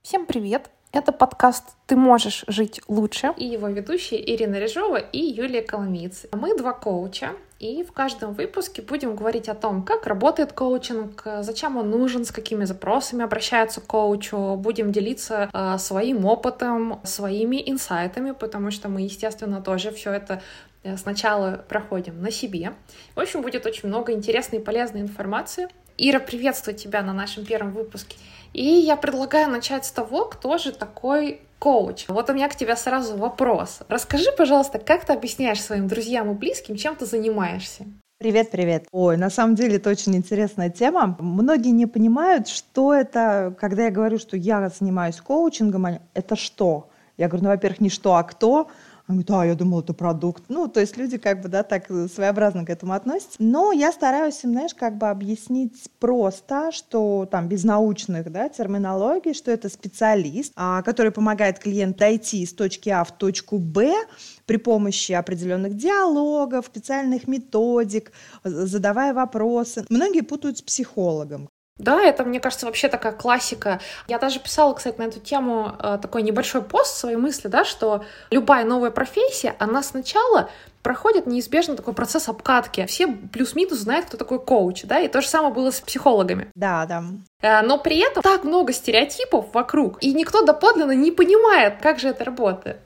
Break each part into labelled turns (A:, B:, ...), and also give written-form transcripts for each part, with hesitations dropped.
A: Всем привет! Это подкаст «Ты можешь жить лучше».
B: И его ведущие Ирина Режова и Юлия Коломиец. Мы два коуча, и в каждом выпуске будем говорить о том, как работает коучинг, зачем он нужен, с какими запросами обращаются к коучу. Будем делиться своим опытом, своими инсайтами, потому что мы, естественно, тоже все это сначала проходим на себе. В общем, будет очень много интересной и полезной информации. Ира, приветствую тебя на нашем первом выпуске. И я предлагаю начать с того, кто же такой коуч. Вот у меня к тебе сразу вопрос. Расскажи, пожалуйста, как ты объясняешь своим друзьям и близким, чем ты занимаешься?
C: Привет. Ой, на самом деле это очень интересная тема. Многие не понимают, что это, когда я говорю, что я занимаюсь коучингом, это что? Я говорю, во-первых, не что, а кто. Он говорит, я думала, это продукт. То есть люди так своеобразно к этому относятся. Но я стараюсь им, объяснить просто, что там без научных, терминологий, что это специалист, который помогает клиенту дойти из точки А в точку Б при помощи определенных диалогов, специальных методик, задавая вопросы. Многие путают с психологом.
B: Да, это, мне кажется, вообще такая классика. Я даже писала, кстати, на эту тему такой небольшой пост, свои мысли, что любая новая профессия, она сначала проходит неизбежно такой процесс обкатки. Все плюс-минус знают, кто такой коуч, и то же самое было с психологами.
C: Да.
B: Но при этом так много стереотипов вокруг, и никто доподлинно не понимает, как же это работает.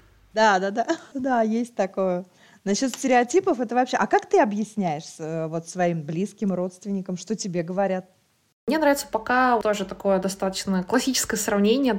C: Да, есть такое. Насчет стереотипов, это вообще... А как ты объясняешь своим близким, родственникам, что тебе говорят?
B: Мне нравится пока тоже такое достаточно классическое сравнение,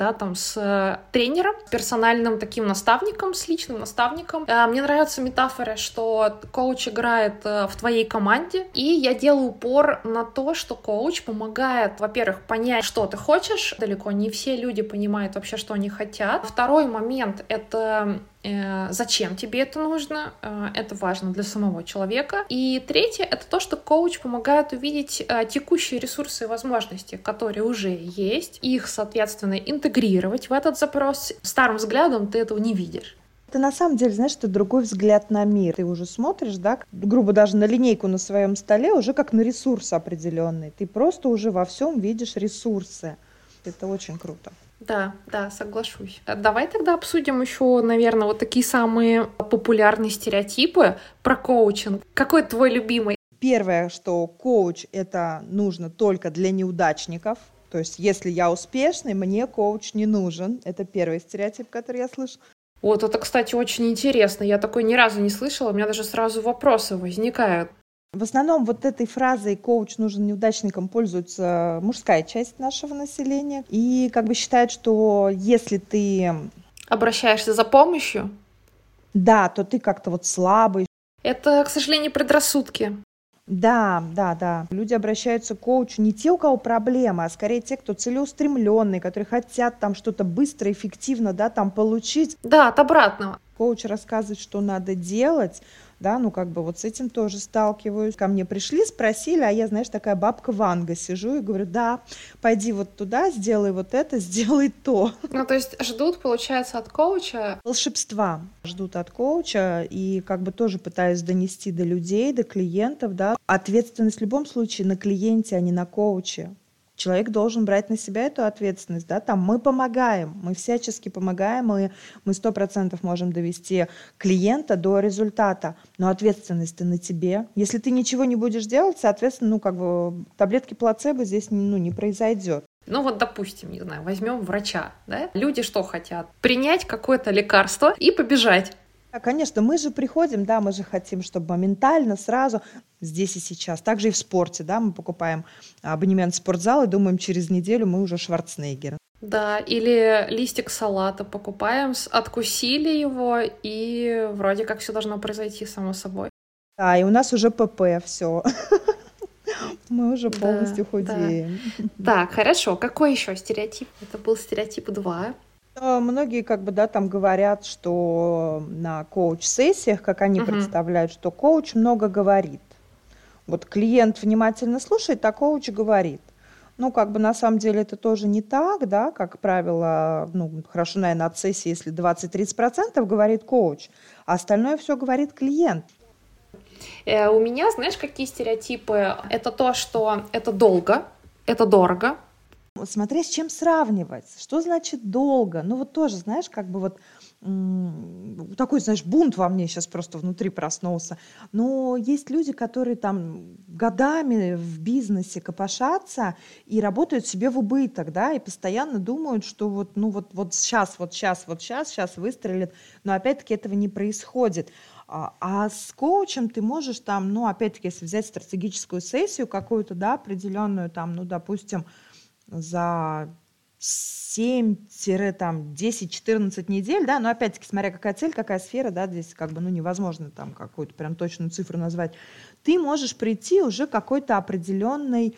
B: с тренером, персональным таким наставником, с личным наставником. Мне нравится метафора, что коуч играет в твоей команде, и я делаю упор на то, что коуч помогает, во-первых, понять, что ты хочешь. Далеко не все люди понимают вообще, что они хотят. Второй момент — это зачем тебе это нужно, это важно для самого человека. И третье — это то, что коуч помогает увидеть текущие ресурсы и возможности, которые уже есть, их, соответственно, интегрировать в этот запрос. Старым взглядом ты этого не видишь.
C: Это на самом деле, это другой взгляд на мир. Ты уже смотришь, грубо даже на линейку на своем столе, уже как на ресурс определенный. Ты просто уже во всем видишь ресурсы. Это очень круто.
B: Да, соглашусь. Давай тогда обсудим еще, наверное, такие самые популярные стереотипы про коучинг. Какой твой любимый?
C: Первое, что коуч это нужно только для неудачников. То есть, если я успешный, мне коуч не нужен. Это первый стереотип, который я слышу.
B: Вот это, кстати, очень интересно. Я такой ни разу не слышала, у меня даже сразу вопросы возникают.
C: В основном этой фразой «коуч нужен неудачникам» пользуется мужская часть нашего населения. И считают, что если ты
B: обращаешься за помощью,
C: то ты как-то слабый.
B: Это, к сожалению, предрассудки.
C: Да. Люди обращаются к коучу не те, у кого проблемы, а скорее те, кто целеустремленный, которые хотят что-то быстро, эффективно, получить.
B: Да, от обратного.
C: Коуч рассказывает, что надо делать. С этим тоже сталкиваюсь. Ко мне пришли, спросили, а я, такая бабка Ванга, сижу и говорю, пойди туда, сделай это, сделай то.
B: То есть ждут, получается, от коуча?
C: Волшебства ждут от коуча, и тоже пытаюсь донести до людей, до клиентов, Ответственность в любом случае на клиенте, а не на коуче. Человек должен брать на себя эту ответственность, мы помогаем, мы всячески помогаем, и мы 100% можем довести клиента до результата, но ответственность-то на тебе. Если ты ничего не будешь делать, соответственно, таблетки плацебо здесь не произойдет.
B: Допустим, не знаю, возьмем врача, Люди что хотят? Принять какое-то лекарство и побежать.
C: Да, конечно, мы же приходим, мы же хотим, чтобы моментально, сразу, здесь и сейчас. Также и в спорте, мы покупаем абонемент в спортзал и думаем, через неделю мы уже Шварценеггер.
B: Да, или листик салата покупаем, откусили его, и вроде как все должно произойти само собой.
C: Да, и у нас уже ПП, все. Мы уже полностью худеем.
B: Так, хорошо. Какой еще стереотип? Это был стереотип 2.
C: Многие говорят, что на коуч-сессиях, как они представляют, что коуч много говорит. Клиент внимательно слушает, а коуч говорит. На самом деле это тоже не так, как правило, хорошо, наверное, от сессии, если 20-30% говорит коуч, а остальное все говорит клиент.
B: У меня, знаешь, какие стереотипы? Это то, что это долго, это дорого.
C: Смотря с чем сравнивать. Что значит долго? Ну вот тоже, знаешь, как бы вот такой, знаешь, бунт во мне сейчас просто внутри проснулся. Но есть люди, которые там годами в бизнесе копошатся и работают себе в убыток, да, и постоянно думают, что вот, ну вот сейчас выстрелит, но опять-таки этого не происходит. А с коучем ты можешь там, ну, опять-таки, если взять стратегическую сессию какую-то, да, определенную, там, ну, допустим, за 7-10-14 недель, да, но опять-таки, смотря какая цель, какая сфера, да, здесь как бы, ну, невозможно там какую-то прям точную цифру назвать, ты можешь прийти уже к какой-то определенной,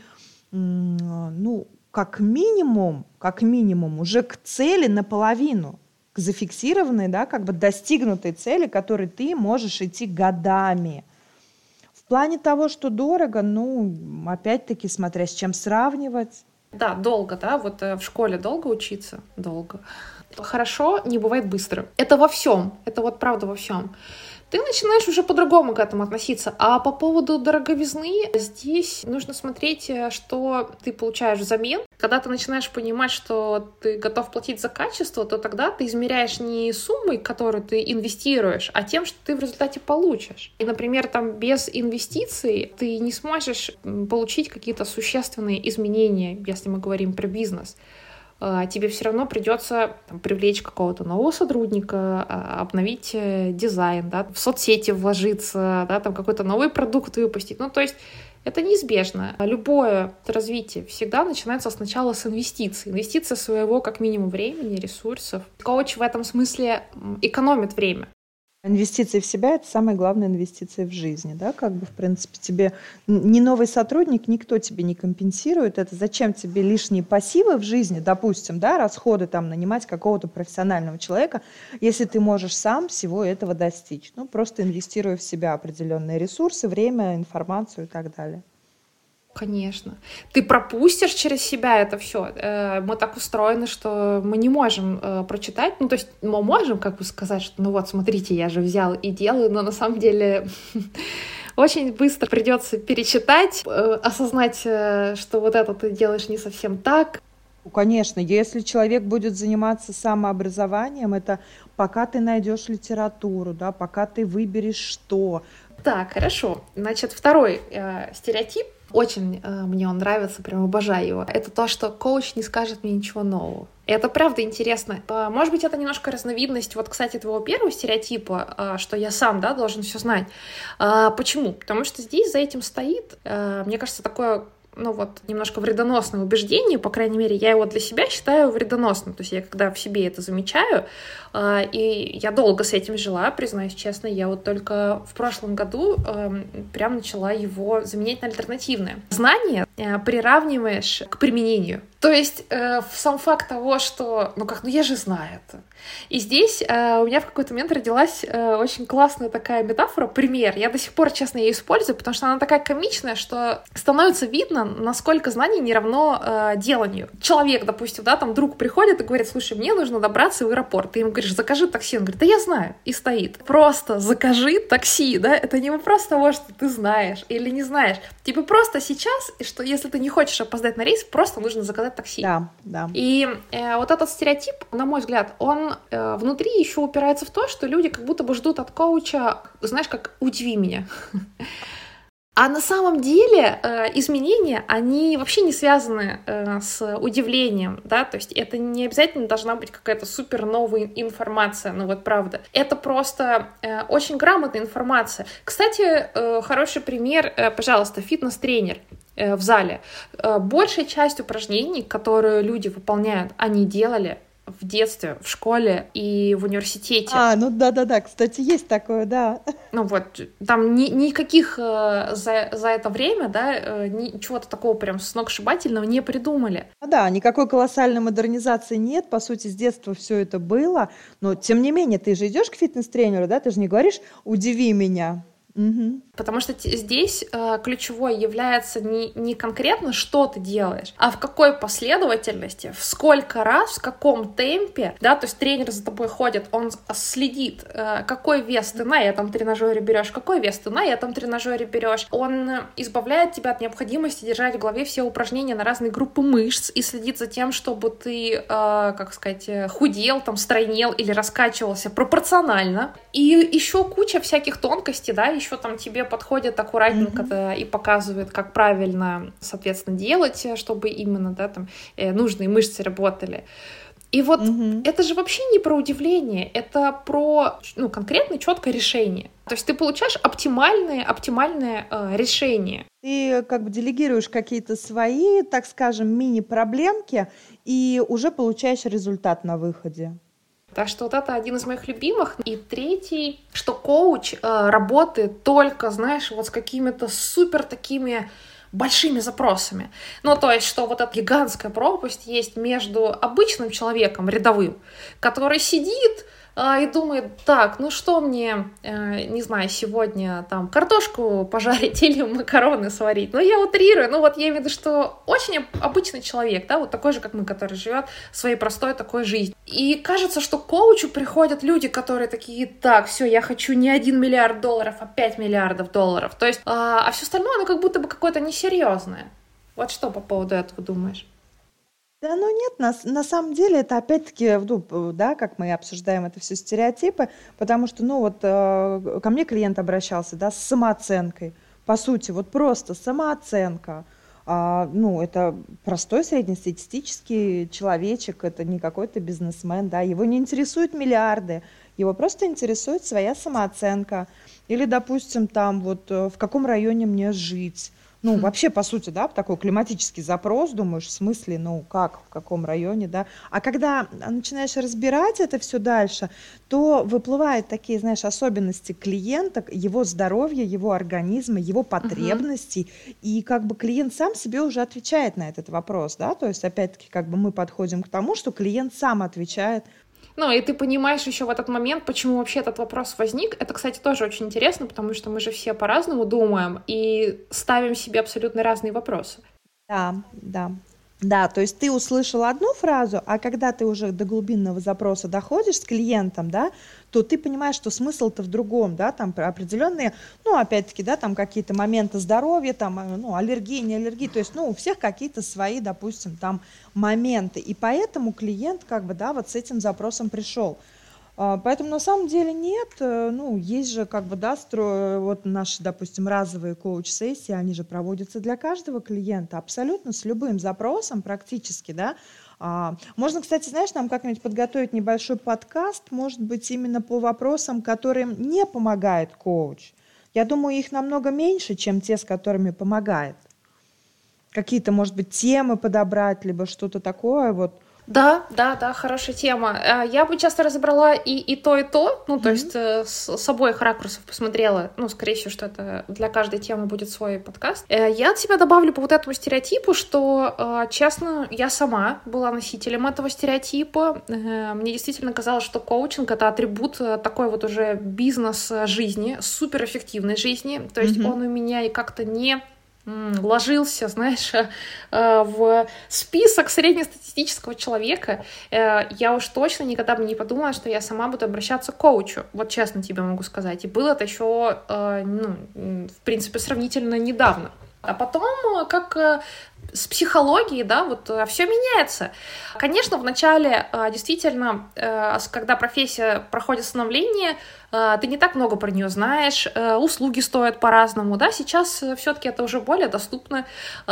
C: ну, как минимум уже к цели наполовину, к зафиксированной, да, как бы достигнутой цели, к которой ты можешь идти годами. В плане того, что дорого, ну, опять-таки, смотря с чем сравнивать.
B: Да, долго, да, вот в школе долго учиться? Долго. Хорошо не бывает быстро. Это во всем, это вот правда во всем. Ты начинаешь уже по-другому к этому относиться. А по поводу дороговизны, здесь нужно смотреть, что ты получаешь взамен. Когда ты начинаешь понимать, что ты готов платить за качество, то тогда ты измеряешь не суммой, которую ты инвестируешь, а тем, что ты в результате получишь. И, например, там без инвестиций ты не сможешь получить какие-то существенные изменения, если мы говорим про бизнес. Тебе все равно придется привлечь какого-то нового сотрудника, обновить дизайн, да, в соцсети вложиться, да, там какой-то новый продукт выпустить. Ну, то есть это неизбежно. Любое развитие всегда начинается сначала с инвестиций. Инвестиция своего как минимум времени, ресурсов. Коуч в этом смысле экономит время.
C: Инвестиции в себя — это самая главная инвестиция в жизни, да, как бы, в принципе, тебе ни новый сотрудник, никто тебе не компенсирует, это зачем тебе лишние пассивы в жизни, допустим, да, расходы там, нанимать какого-то профессионального человека, если ты можешь сам всего этого достичь, ну, просто инвестируя в себя определенные ресурсы, время, информацию и так далее.
B: Конечно. Ты пропустишь через себя это все. Мы так устроены, что мы не можем прочитать. Ну, то есть мы можем как бы сказать, что ну вот, смотрите, я же взял и делаю, но на самом деле очень быстро придется перечитать, осознать, что вот это ты делаешь не совсем так.
C: Ну, конечно, если человек будет заниматься самообразованием, это пока ты найдешь литературу, да, пока ты выберешь что.
B: Так, хорошо. Значит, второй стереотип. Очень мне он нравится, прям обожаю его. Это то, что коуч не скажет мне ничего нового. Это правда интересно. Может быть, это немножко разновидность, вот, кстати, твоего первого стереотипа, что я сам, да, должен все знать. Почему? Потому что здесь за этим стоит, мне кажется, такое, ну вот, немножко вредоносное убеждение, по крайней мере, я его для себя считаю вредоносным. То есть я когда в себе это замечаю, и я долго с этим жила, признаюсь честно, я вот только в прошлом году прям начала его заменять на альтернативное. Знание приравниваешь к применению. То есть сам факт того, что, ну я же знаю это. И здесь у меня в какой-то момент родилась очень классная такая метафора, пример. Я до сих пор, честно, ее использую, потому что она такая комичная, что становится видно, насколько знание не равно деланию. Человек, допустим, да, там друг приходит и говорит: слушай, мне нужно добраться в аэропорт. Ты ему говоришь: закажи такси. Он говорит: да я знаю. И стоит. Просто закажи такси, да, это не вопрос того, что ты знаешь или не знаешь. Тебе просто сейчас, что если ты не хочешь опоздать на рейс, просто нужно заказать такси.
C: Да, да.
B: И вот этот стереотип, на мой взгляд, он внутри еще упирается в то, что люди как будто бы ждут от коуча, знаешь, как «удиви меня». А на самом деле изменения, они вообще не связаны с удивлением, да, то есть это не обязательно должна быть какая-то супер новая информация, ну вот правда. Это просто очень грамотная информация. Кстати, хороший пример, пожалуйста, фитнес-тренер в зале. Большая часть упражнений, которые люди выполняют, они делали в детстве, в школе и в университете.
C: Ну да, кстати, есть такое, да.
B: Ну вот, там никаких за это время, да, ничего-то такого прям сногсшибательного не придумали.
C: Да, никакой колоссальной модернизации нет, по сути, с детства все это было, но тем не менее, ты же идешь к фитнес-тренеру, да, ты же не говоришь: удиви меня.
B: Потому что здесь ключевой является не конкретно, что ты делаешь, а в какой последовательности, в сколько раз, в каком темпе, да, то есть тренер за тобой ходит, он следит, какой вес ты на этом тренажере берешь, какой вес ты на этом тренажере берешь, он избавляет тебя от необходимости держать в голове все упражнения на разные группы мышц и следит за тем, чтобы ты, как сказать, худел, там, стройнел или раскачивался пропорционально. И еще куча всяких тонкостей, да, еще там тебе подходит аккуратненько и показывает, как правильно, соответственно, делать, чтобы именно, да, там, нужные мышцы работали. И вот это же вообще не про удивление, это про, конкретное, четкое решение. То есть ты получаешь оптимальное решение.
C: Ты как бы делегируешь какие-то свои, так скажем, мини-проблемки и уже получаешь результат на выходе.
B: Так что вот это один из моих любимых. И третий, что коуч работает только, знаешь, вот с какими-то супер такими большими запросами. То есть, что вот эта гигантская пропасть есть между обычным человеком, рядовым, который сидит и думает, так, что мне, не знаю, сегодня там картошку пожарить или макароны сварить. Я утрирую, я имею в виду, что очень обычный человек, да, вот такой же, как мы, который живет своей простой такой жизнью. И кажется, что к коучу приходят люди, которые такие, так, все, я хочу не $1 миллиард, а 5 миллиардов долларов. То есть, а все остальное, оно как будто бы какое-то несерьезное. Вот что по поводу этого думаешь?
C: Да, нет, на самом деле это опять-таки, да, как мы обсуждаем, это все стереотипы, потому что, ко мне клиент обращался, да, с самооценкой, по сути, вот просто самооценка. Это простой среднестатистический человечек, это не какой-то бизнесмен, да, его не интересуют миллиарды, его просто интересует своя самооценка. Или, допустим, там вот в каком районе мне жить. Вообще, по сути, да, такой климатический запрос, думаешь, в смысле, как, в каком районе, да. А когда начинаешь разбирать это все дальше, то выплывают такие, знаешь, особенности клиента, его здоровья, его организма, его потребностей, и как бы клиент сам себе уже отвечает на этот вопрос, да, то есть, опять-таки, как бы мы подходим к тому, что клиент сам отвечает.
B: И ты понимаешь еще в этот момент, почему вообще этот вопрос возник. Это, кстати, тоже очень интересно, потому что мы же все по-разному думаем и ставим себе абсолютно разные вопросы. Да, то есть ты услышал одну фразу, а когда ты уже до глубинного запроса доходишь с клиентом, да, то ты понимаешь, что смысл-то в другом, да, там определенные, опять-таки, да, там какие-то моменты здоровья, там, аллергии, не аллергии, то есть, у всех какие-то свои, допустим, там моменты, и поэтому клиент, как бы, да, вот с этим запросом пришел. Поэтому на самом деле нет, есть же как бы, да, вот наши, допустим, разовые коуч-сессии, они же проводятся для каждого клиента, абсолютно с любым запросом практически, да. Можно, кстати, знаешь, нам как-нибудь подготовить небольшой подкаст, может быть, именно по вопросам, которым не помогает коуч. Я думаю, их намного меньше, чем те, с которыми помогает. Какие-то, может быть, темы подобрать, либо что-то такое, вот. Да, хорошая тема. Я бы часто разобрала и то, то есть с обоих ракурсов посмотрела, скорее всего, что это для каждой темы будет свой подкаст. Я от себя добавлю по вот этому стереотипу, что, честно, я сама была носителем этого стереотипа. Мне действительно казалось, что коучинг — это атрибут такой вот уже бизнес-жизни, суперэффективной жизни, то есть он у меня и как-то не ложился, знаешь, в список среднестатистического человека. Я уж точно никогда бы не подумала, что я сама буду обращаться к коучу. Вот честно тебе могу сказать. И было это еще, в принципе, сравнительно недавно. А потом, как с психологией, да, вот все меняется. Конечно, вначале действительно, когда профессия проходит становление, ты не так много про нее знаешь, услуги стоят по-разному, да, сейчас все-таки это уже более доступно,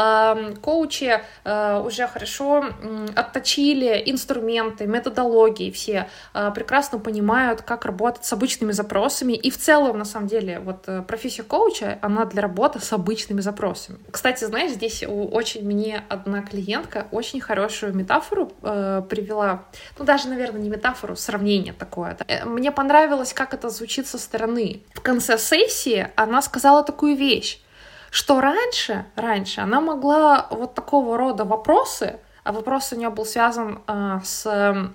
B: коучи уже хорошо отточили инструменты, методологии, все прекрасно понимают, как работать с обычными запросами, и в целом, на самом деле, вот профессия коуча, она для работы с обычными запросами. Кстати, знаешь, здесь очень мне одна клиентка очень хорошую метафору привела, даже, наверное, не метафору, сравнение такое. Да. Мне понравилось, как это звучит со стороны. В конце сессии она сказала такую вещь, что раньше она могла вот такого рода вопросы, а вопрос у нее был связан с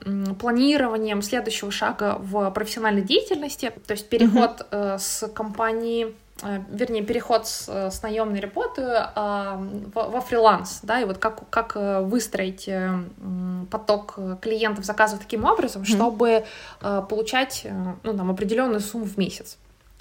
B: планированием следующего шага в профессиональной деятельности, то есть переход с компании вернее, переход с наемной работы во фриланс, да, и вот как выстроить поток клиентов, заказов таким образом, чтобы получать, ну, там, определенную сумму в месяц.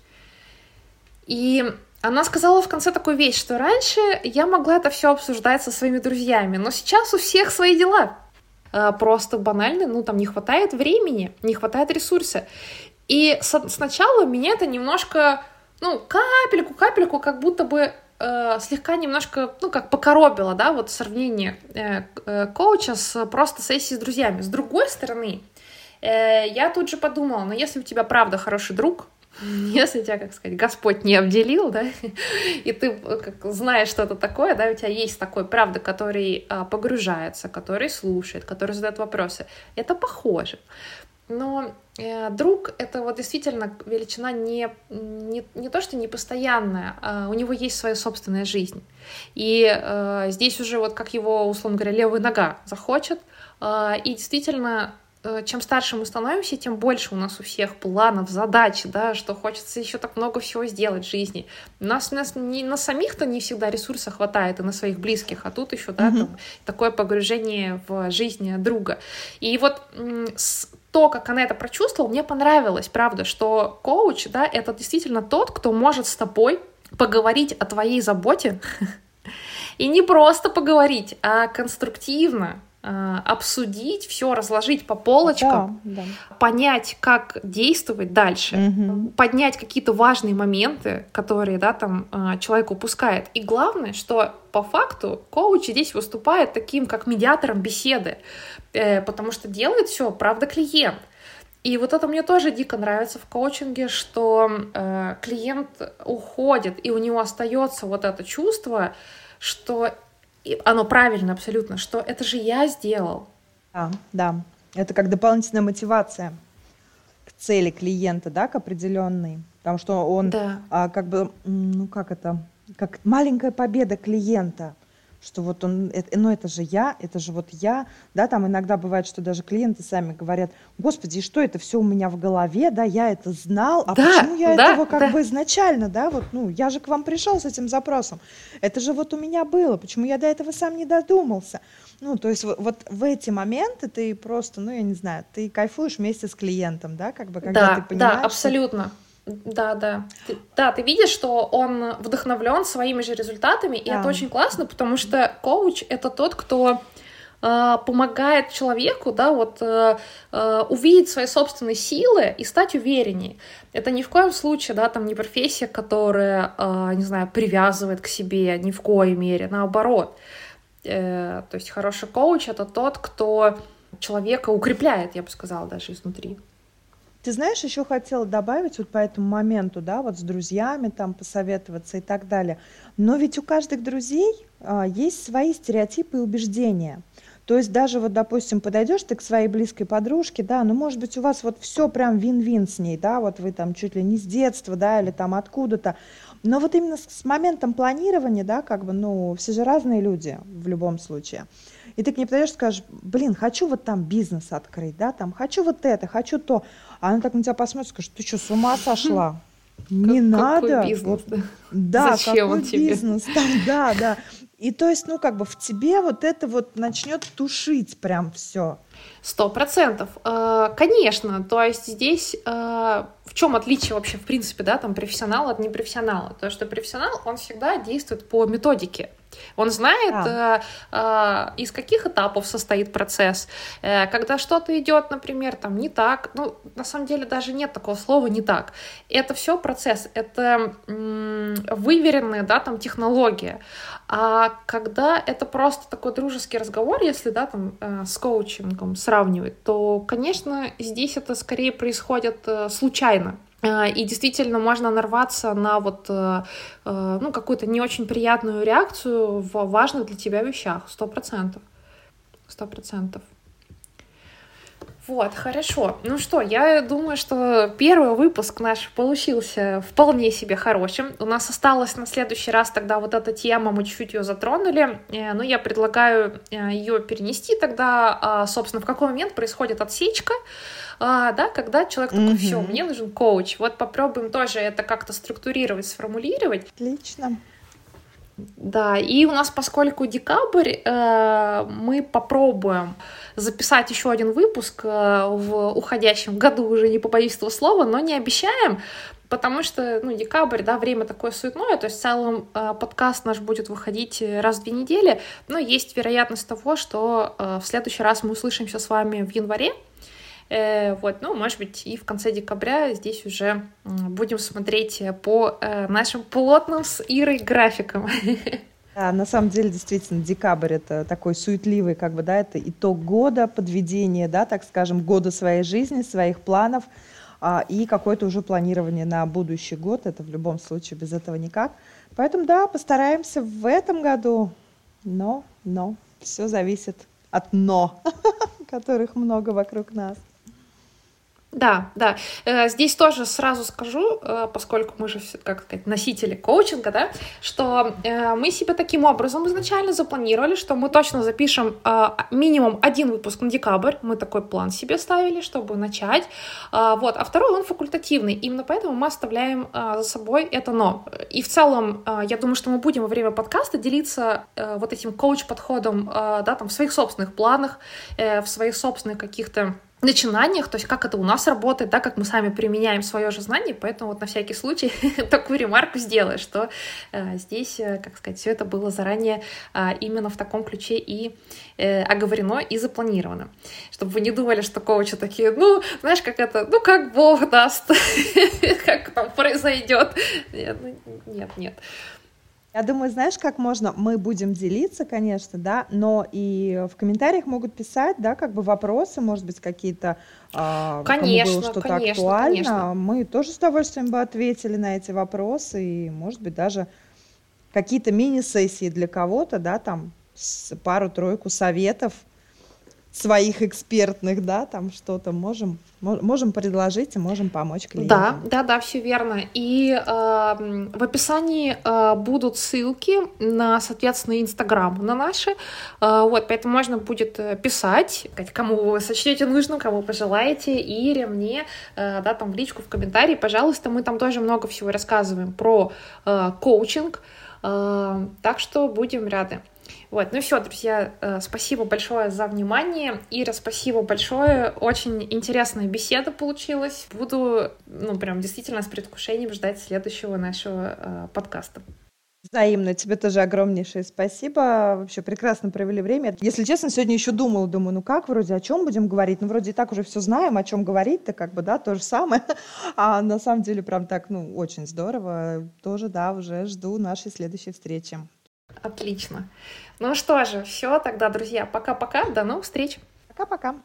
B: И она сказала в конце такую вещь, что раньше я могла это все обсуждать со своими друзьями, но сейчас у всех свои дела. Просто банально, ну, там не хватает времени, не хватает ресурса. И сначала меня это немножко, ну, капельку, как будто бы слегка немножко, ну, как покоробило, да, вот сравнение коуча с просто сессией с друзьями. С другой стороны, я тут же подумала, ну, если у тебя правда хороший друг, если тебя, как сказать, Господь не обделил, да, и ты знаешь, что это такое, да, у тебя есть такой, правда, который погружается, который слушает, который задает вопросы, это похоже. Но друг — это вот действительно величина не то, что не постоянная, а у него есть своя собственная жизнь. И здесь уже вот как его, условно говоря, левая нога захочет, и действительно, чем старше мы становимся, тем больше у нас у всех планов, задач, да, что хочется еще так много всего сделать в жизни. Нас на самих-то не всегда ресурса хватает, и на своих близких, а тут еще, да, там, такое погружение в жизнь друга. И вот то, как она это прочувствовала, мне понравилось, правда, что коуч, да, это действительно тот, кто может с тобой поговорить о твоей заботе, и не просто поговорить, а конструктивно обсудить, все разложить по полочкам, да. Понять, как действовать дальше, поднять какие-то важные моменты, которые, да, там человек упускает. И главное, что по факту коуч здесь выступает таким, как медиатором беседы, потому что делает все, правда, клиент. И вот это мне тоже дико нравится в коучинге, что клиент уходит, и у него остается вот это чувство, что и оно правильно абсолютно, что это же я сделал.
C: Да. Это как дополнительная мотивация к цели клиента, да, к определенной. Потому что он как бы, ну как это, как маленькая победа клиента. Что вот он, ну это же я, это же вот я, да, там иногда бывает, что даже клиенты сами говорят, господи, что это все у меня в голове, да, я это знал, а почему я этого как бы изначально, да, вот, ну, я же к вам пришел с этим запросом, это же вот у меня было, почему я до этого сам не додумался, ну, то есть вот в эти моменты ты просто, ну, я не знаю, ты кайфуешь вместе с клиентом, да, как бы, когда ты понимаешь.
B: Да, абсолютно. Да. Ты видишь, что он вдохновлен своими же результатами, и это очень классно, потому что коуч — это тот, кто помогает человеку, да, вот увидеть свои собственные силы и стать увереннее. Это ни в коем случае, да, там не профессия, которая, не знаю, привязывает к себе, ни в коей мере, наоборот. То есть хороший коуч — это тот, кто человека укрепляет, я бы сказала, даже изнутри.
C: Ты знаешь, еще хотела добавить вот по этому моменту, да, вот с друзьями там посоветоваться и так далее. Но ведь у каждых друзей есть свои стереотипы и убеждения. То есть даже вот, допустим, подойдешь ты к своей близкой подружке, да, ну, может быть, у вас вот все прям вин-вин с ней, да, вот вы там чуть ли не с детства, да, или там откуда-то. Но вот именно с моментом планирования, да, как бы, ну, все же разные люди в любом случае. И ты к ней подойдешь и скажешь, блин, хочу вот там бизнес открыть, да, там, хочу вот это, хочу то. А она так на тебя посмотрит и скажет, ты что, с ума сошла? Не надо.
B: Какой бизнес,
C: вот, да,
B: зачем
C: какой
B: он тебе?
C: бизнес там, да. И то есть, ну, как бы в тебе вот это вот начнет тушить прям все.
B: 100%. Конечно, то есть здесь в чем отличие вообще, в принципе, да, там профессионала от непрофессионала? То, что профессионал, он всегда действует по методике. Он знает, из каких этапов состоит процесс. Когда что-то идет, например, там не так, ну, на самом деле даже нет такого слова «не так». Это все процесс, это выверенная, да, там технология. А когда это просто такой дружеский разговор, если, да, там с коучингом сравнивать, то, конечно, здесь это скорее происходит случайно. И действительно можно нарваться на вот, ну, какую-то не очень приятную реакцию в важных для тебя вещах. 100%. Вот, хорошо. Ну что, я думаю, что первый выпуск наш получился вполне себе хорошим. У нас осталось на следующий раз тогда вот эта тема, мы чуть-чуть ее затронули, но я предлагаю ее перенести тогда, собственно, в какой момент происходит отсечка, да, когда человек такой, все, мне нужен коуч. Вот попробуем тоже это как-то структурировать, сформулировать.
C: Отлично.
B: Да, и у нас, поскольку декабрь, мы попробуем записать еще один выпуск в уходящем году, уже не побоюсь этого слова, но не обещаем, потому что, декабрь, да, время такое суетное, то есть в целом подкаст наш будет выходить раз в 2 недели, но есть вероятность того, что в следующий раз мы услышимся с вами в январе. Может быть, и в конце декабря здесь уже будем смотреть по нашим плотным с Ирой графикам.
C: Да, на самом деле, действительно, декабрь — это такой суетливый, это итог года, подведение, да, так скажем, года своей жизни, своих планов, и какое-то уже планирование на будущий год. Это в любом случае без этого никак. Поэтому, да, постараемся в этом году, но все зависит от которых много вокруг нас.
B: Да. Здесь тоже сразу скажу, поскольку мы же, носители коучинга, да, что мы себе таким образом изначально запланировали, что мы точно запишем минимум 1 выпуск на декабрь. Мы такой план себе ставили, чтобы начать. А второй, он факультативный. Именно поэтому мы оставляем за собой это «но». И в целом, я думаю, что мы будем во время подкаста делиться вот этим коуч-подходом, да, там, в своих собственных планах, в своих собственных каких-то начинаниях, то есть как это у нас работает, да, как мы сами применяем свое же знание, поэтому вот на всякий случай такую ремарку сделаю, что здесь, все это было заранее именно в таком ключе и оговорено и запланировано. Чтобы вы не думали, что коучи такие, как Бог даст, как там произойдет. Нет.
C: Я думаю, знаешь, как можно? Мы будем делиться, конечно, да, но и в комментариях могут писать, да, вопросы, может быть, какие-то, кому было что-то актуально.
B: Конечно.
C: Мы тоже с удовольствием бы ответили на эти вопросы, и, может быть, даже какие-то мини-сессии для кого-то, да, там, с пару-тройку советов своих экспертных, да, там что-то можем предложить и можем помочь клиентам.
B: Да, все верно. И в описании будут ссылки на, соответственно, Инстаграм на наши. Поэтому можно будет писать, кому вы сочтете нужным, кому пожелаете, Ире, мне, да, там в личку, в комментарии, пожалуйста. Мы там тоже много всего рассказываем про коучинг, так что будем рады. Все, друзья, спасибо большое за внимание. Ира, спасибо большое. Очень интересная беседа получилась. Буду, прям действительно с предвкушением ждать следующего нашего подкаста.
C: Взаимно. Тебе тоже огромнейшее спасибо. Вообще прекрасно провели время. Если честно, сегодня еще думаю, вроде о чем будем говорить? Вроде и так уже все знаем, о чем говорить-то, да, то же самое. А на самом деле прям так, очень здорово. Тоже, да, уже жду нашей следующей встречи.
B: Отлично. Что же, все тогда, друзья, пока-пока, до новых встреч.
C: Пока-пока.